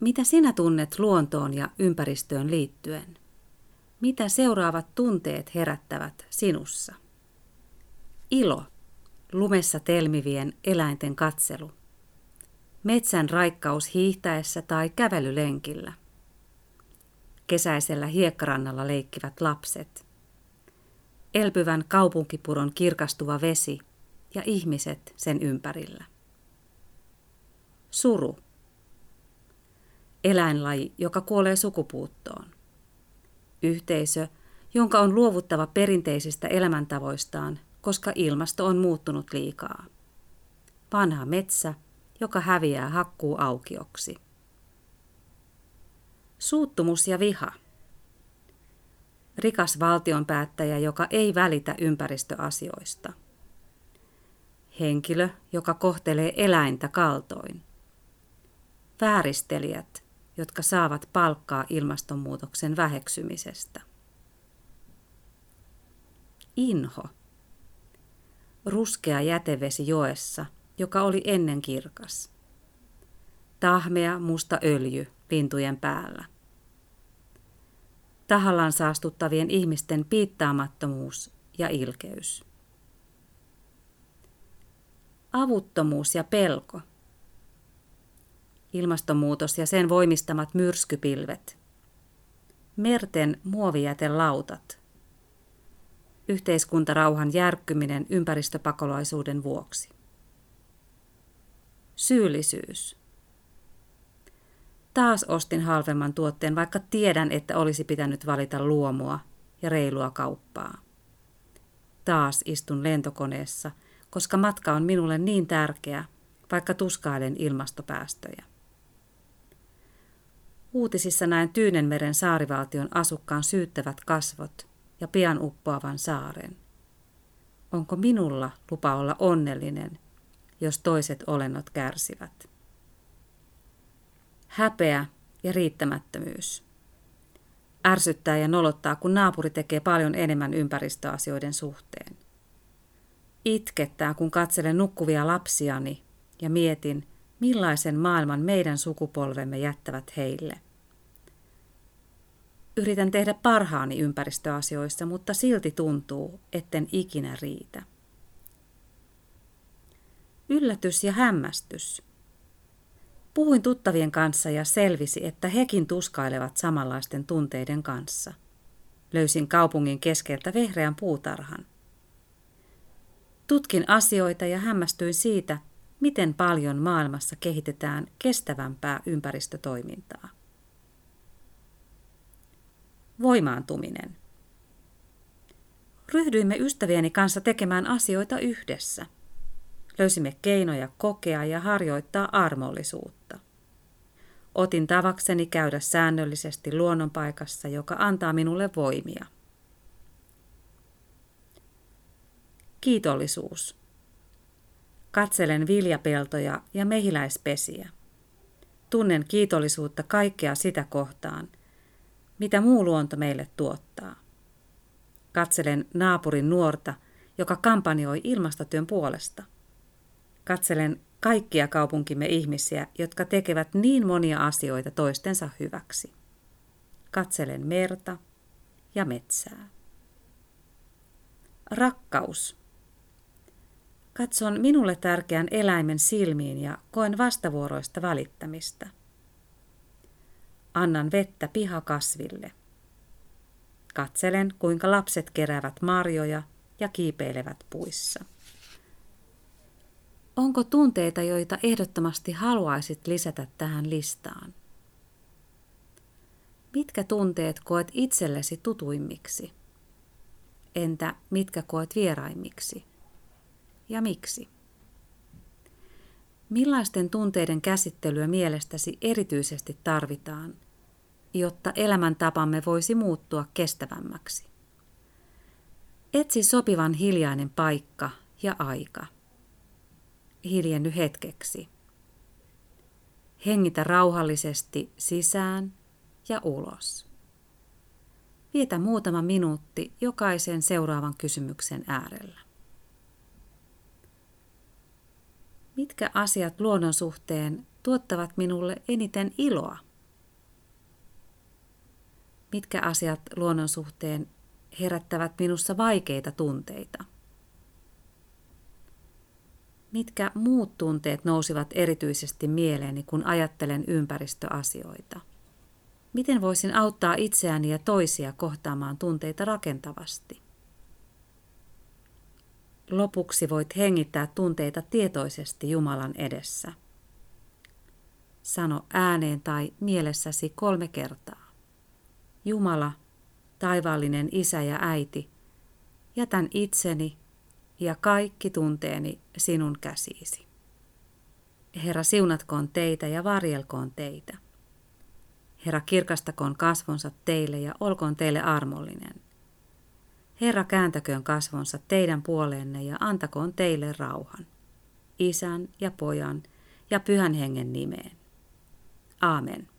Mitä sinä tunnet luontoon ja ympäristöön liittyen? Mitä seuraavat tunteet herättävät sinussa? Ilo, lumessa telmivien eläinten katselu. Metsän raikkaus hiihtäessä tai kävelylenkillä. Kesäisellä hiekkarannalla leikkivät lapset. Elpyvän kaupunkipuron kirkastuva vesi ja ihmiset sen ympärillä. Suru. Eläinlaji, joka kuolee sukupuuttoon. Yhteisö, jonka on luovuttava perinteisistä elämäntavoistaan, koska ilmasto on muuttunut liikaa. Vanha metsä, joka häviää hakkuuaukioksi. Suuttumus ja viha. Rikas valtionpäättäjä, joka ei välitä ympäristöasioista. Henkilö, joka kohtelee eläintä kaltoin. Vääristelijät, jotka saavat palkkaa ilmastonmuutoksen väheksymisestä. Inho. Ruskea jätevesi joessa, joka oli ennen kirkas. Tahmea musta öljy lintujen päällä. Tahallaan saastuttavien ihmisten piittaamattomuus ja ilkeys. Avuttomuus ja pelko. Ilmastonmuutos ja sen voimistamat myrskypilvet. Merten muovijätelautat. Yhteiskuntarauhan järkkyminen ympäristöpakolaisuuden vuoksi. Syyllisyys. Taas ostin halvemman tuotteen, vaikka tiedän, että olisi pitänyt valita luomua ja reilua kauppaa. Taas istun lentokoneessa, koska matka on minulle niin tärkeä, vaikka tuskailen ilmastopäästöjä. Uutisissa näen Tyynenmeren saarivaltion asukkaan syyttävät kasvot ja pian uppoavan saaren. Onko minulla lupa olla onnellinen, jos toiset olennot kärsivät? Häpeä ja riittämättömyys. Ärsyttää ja nolottaa, kun naapuri tekee paljon enemmän ympäristöasioiden suhteen. Itkettää, kun katselen nukkuvia lapsiani ja mietin, millaisen maailman meidän sukupolvemme jättävät heille. Yritän tehdä parhaani ympäristöasioissa, mutta silti tuntuu, etten ikinä riitä. Yllätys ja hämmästys. Puhuin tuttavien kanssa ja selvisi, että hekin tuskailevat samanlaisten tunteiden kanssa. Löysin kaupungin keskeltä vehreän puutarhan. Tutkin asioita ja hämmästyin siitä, miten paljon maailmassa kehitetään kestävämpää ympäristötoimintaa. Voimaantuminen. Ryhdyimme ystävieni kanssa tekemään asioita yhdessä. Löysimme keinoja kokea ja harjoittaa armollisuutta. Otin tavakseni käydä säännöllisesti luonnonpaikassa, joka antaa minulle voimia. Kiitollisuus. Katselen viljapeltoja ja mehiläispesiä. Tunnen kiitollisuutta kaikkea sitä kohtaan, mitä muu luonto meille tuottaa. Katselen naapurin nuorta, joka kampanjoi ilmastotyön puolesta. Katselen kaikkia kaupunkimme ihmisiä, jotka tekevät niin monia asioita toistensa hyväksi. Katselen merta ja metsää. Rakkaus. Katson minulle tärkeän eläimen silmiin ja koen vastavuoroista välittämistä. Annan vettä pihakasville. Katselen, kuinka lapset keräävät marjoja ja kiipeilevät puissa. Onko tunteita, joita ehdottomasti haluaisit lisätä tähän listaan? Mitkä tunteet koet itsellesi tutuimmiksi? Entä mitkä koet vieraimmiksi? Ja miksi? Millaisten tunteiden käsittelyä mielestäsi erityisesti tarvitaan, jotta elämäntapamme voisi muuttua kestävämmäksi? Etsi sopivan hiljainen paikka ja aika. Hiljenny hetkeksi. Hengitä rauhallisesti sisään ja ulos. Vietä muutama minuutti jokaisen seuraavan kysymyksen äärellä. Mitkä asiat luonnon suhteen tuottavat minulle eniten iloa? Mitkä asiat luonnon suhteen herättävät minussa vaikeita tunteita? Mitkä muut tunteet nousivat erityisesti mieleeni, kun ajattelen ympäristöasioita? Miten voisin auttaa itseäni ja toisia kohtaamaan tunteita rakentavasti? Lopuksi voit hengittää tunteita tietoisesti Jumalan edessä. Sano ääneen tai mielessäsi 3 kertaa. Jumala, taivaallinen Isä ja Äiti, jätän itseni ja kaikki tunteeni sinun käsiisi. Herra, siunatkoon teitä ja varjelkoon teitä. Herra, kirkastakoon kasvonsa teille ja olkoon teille armollinen. Herra, kääntäköön kasvonsa teidän puoleenne ja antakoon teille rauhan. Isän ja Pojan ja Pyhän Hengen nimeen. Aamen.